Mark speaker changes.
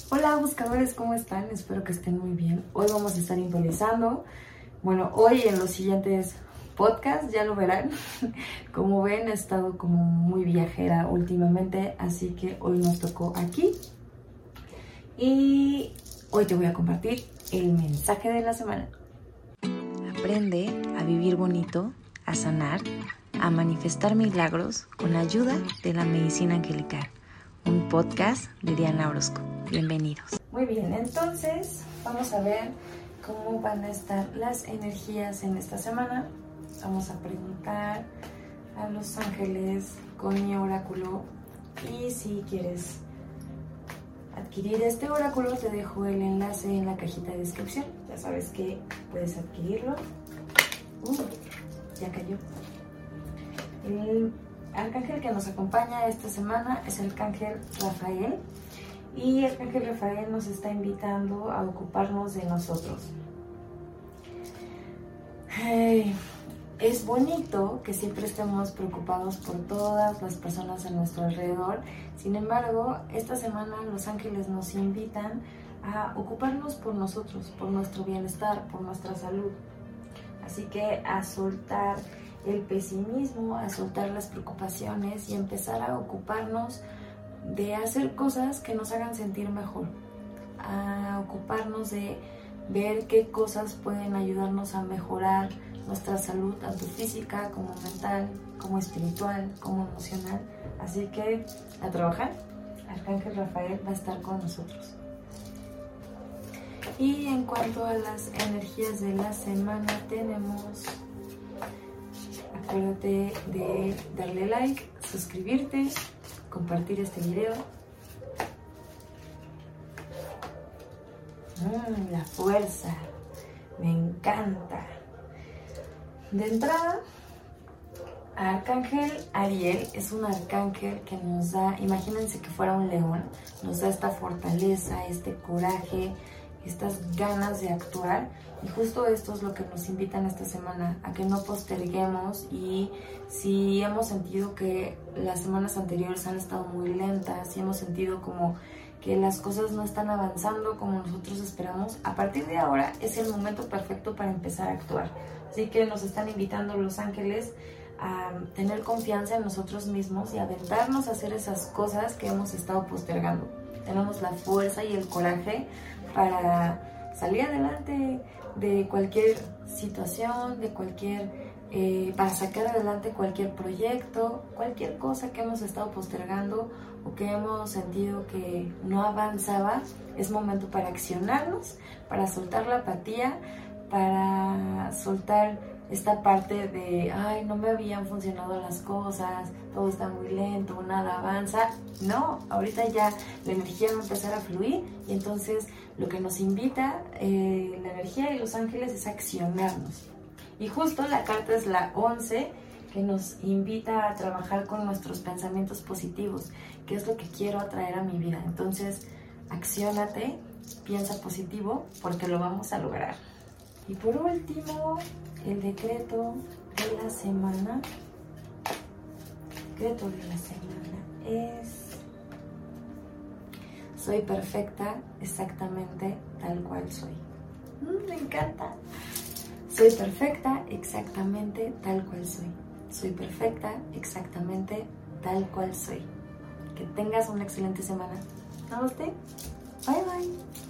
Speaker 1: Hola buscadores, ¿cómo están? Espero que estén muy bien. Hoy vamos a estar improvisando. Bueno, hoy en los siguientes podcasts ya lo verán. Como ven, he estado como muy viajera últimamente, así que hoy nos tocó aquí. Y hoy te voy a compartir el mensaje de la semana.
Speaker 2: Aprende a vivir bonito, a sanar, a manifestar milagros con la ayuda de la medicina angelical. Un podcast de Diana Orozco. Bienvenidos.
Speaker 1: Muy bien, entonces vamos a ver cómo van a estar las energías en esta semana. Vamos a preguntar a los ángeles con mi oráculo. Y si quieres adquirir este oráculo, te dejo el enlace en la cajita de descripción. Ya sabes que puedes adquirirlo. Ya cayó. El arcángel que nos acompaña esta semana es el arcángel Rafael. Y el arcángel Rafael nos está invitando a ocuparnos de nosotros. Es bonito que siempre estemos preocupados por todas las personas a nuestro alrededor. Sin embargo, esta semana los ángeles nos invitan a ocuparnos por nosotros, por nuestro bienestar, por nuestra salud. Así que a soltar el pesimismo, a soltar las preocupaciones y empezar a ocuparnos de hacer cosas que nos hagan sentir mejor, a ocuparnos de ver qué cosas pueden ayudarnos a mejorar nuestra salud, tanto física como mental, como espiritual, como emocional. Así que a trabajar. Arcángel Rafael va a estar con nosotros. Y en cuanto a las energías de la semana, tenemos, acuérdate de darle like, suscribirte, compartir este video. La fuerza, me encanta. De entrada, Arcángel Ariel es un arcángel que nos da, imagínense que fuera un león, nos da esta fortaleza, este coraje, estas ganas de actuar, y justo esto es lo que nos invitan esta semana, a que no posterguemos. Y si hemos sentido que las semanas anteriores han estado muy lentas, si hemos sentido como que las cosas no están avanzando como nosotros esperamos, a partir de ahora es el momento perfecto para empezar a actuar. Así que nos están invitando los ángeles a tener confianza en nosotros mismos y aventarnos a hacer esas cosas que hemos estado postergando. Tenemos la fuerza y el coraje para salir adelante de cualquier situación, para sacar adelante cualquier proyecto, cualquier cosa que hemos estado postergando o que hemos sentido que no avanzaba. Es momento para accionarnos, para soltar la apatía, para soltar esta parte de ay, no me habían funcionado las cosas, todo está muy lento, nada avanza. No, ahorita ya la energía va a empezar a fluir, y entonces lo que nos invita la energía y los ángeles es accionarnos. Y justo la carta es la 11, que nos invita a trabajar con nuestros pensamientos positivos, que es lo que quiero atraer a mi vida. Entonces, acciónate, piensa positivo, porque lo vamos a lograr. Y por último, el decreto de la semana. El decreto de la semana es: soy perfecta exactamente tal cual soy. Me encanta. Soy perfecta exactamente tal cual soy. Soy perfecta exactamente tal cual soy. Que tengas una excelente semana. Namaste. Bye bye.